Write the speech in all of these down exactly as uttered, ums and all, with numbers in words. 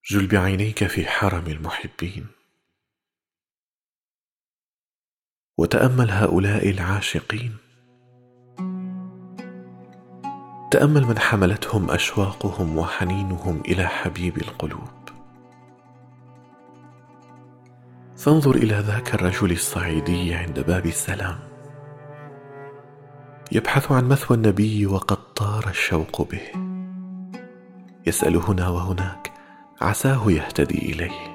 جل بعينيك في حرم المحبين وتأمل هؤلاء العاشقين. تأمل من حملتهم أشواقهم وحنينهم إلى حبيب القلوب. فانظر إلى ذاك الرجل الصعيدي عند باب السلام يبحث عن مثوى النبي وقد طار الشوق به، يسأل هنا وهناك عساه يهتدي إليه.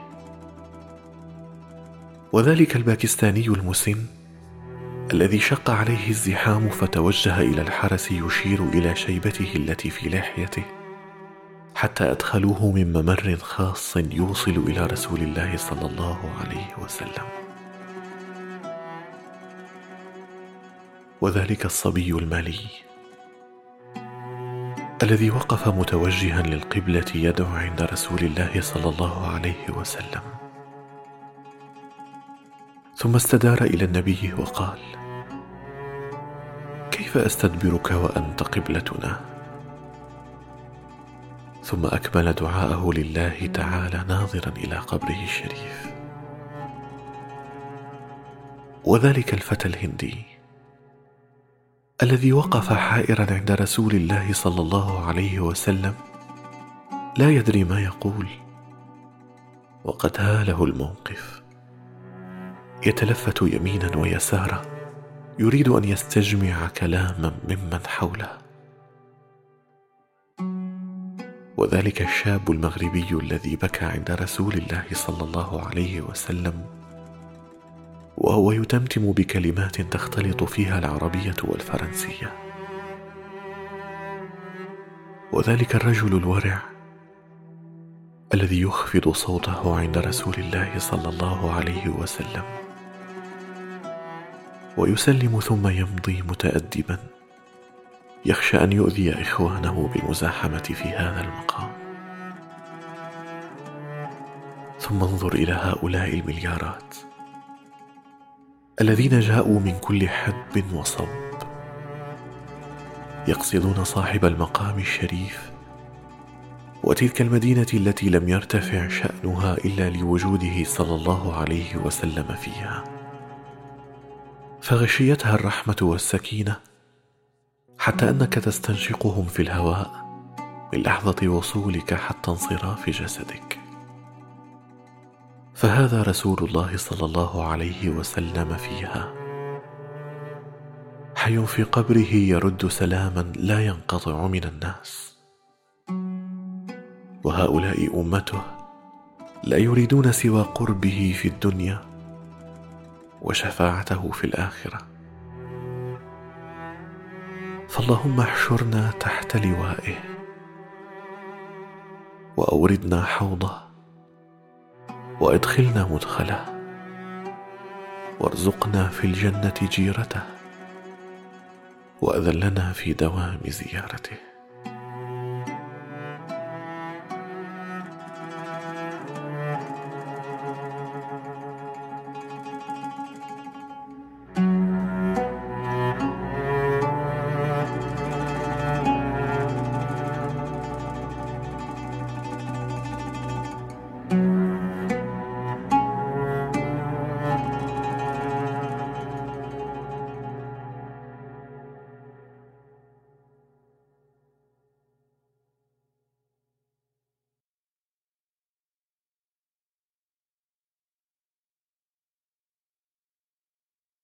وذلك الباكستاني المسن الذي شق عليه الزحام فتوجه إلى الحرس يشير إلى شيبته التي في لحيته حتى أدخلوه من ممر خاص يوصل إلى رسول الله صلى الله عليه وسلم. وذلك الصبي المالي الذي وقف متوجها للقبلة يدعو عند رسول الله صلى الله عليه وسلم، ثم استدار إلى النبي وقال: كيف أستدبرك وأنت قبلتنا؟ ثم أكمل دعاءه لله تعالى ناظرا إلى قبره الشريف. وذلك الفتى الهندي الذي وقف حائرا عند رسول الله صلى الله عليه وسلم لا يدري ما يقول، وقد هاله الموقف، يتلفت يمينا ويسارا يريد أن يستجمع كلاما ممن حوله. وذلك الشاب المغربي الذي بكى عند رسول الله صلى الله عليه وسلم وهو يتمتم بكلمات تختلط فيها العربية والفرنسية. وذلك الرجل الورع الذي يخفض صوته عند رسول الله صلى الله عليه وسلم ويسلم ثم يمضي متأدبا يخشى أن يؤذي إخوانه بالمزاحمة في هذا المقام. ثم انظر إلى هؤلاء المليارات الذين جاءوا من كل حدب وصوب يقصدون صاحب المقام الشريف وتلك المدينة التي لم يرتفع شأنها إلا لوجوده صلى الله عليه وسلم فيها، فغشيتها الرحمة والسكينة حتى أنك تستنشقهم في الهواء من لحظة وصولك حتى انصراف جسدك. فهذا رسول الله صلى الله عليه وسلم فيها، حي في قبره يرد سلاما لا ينقطع من الناس. وهؤلاء أمته لا يريدون سوى قربه في الدنيا وشفاعته في الآخرة. فاللهم احشرنا تحت لوائه وأوردنا حوضه وأدخلنا مدخله وارزقنا في الجنة جيرته وأذن لنا في دوام زيارته.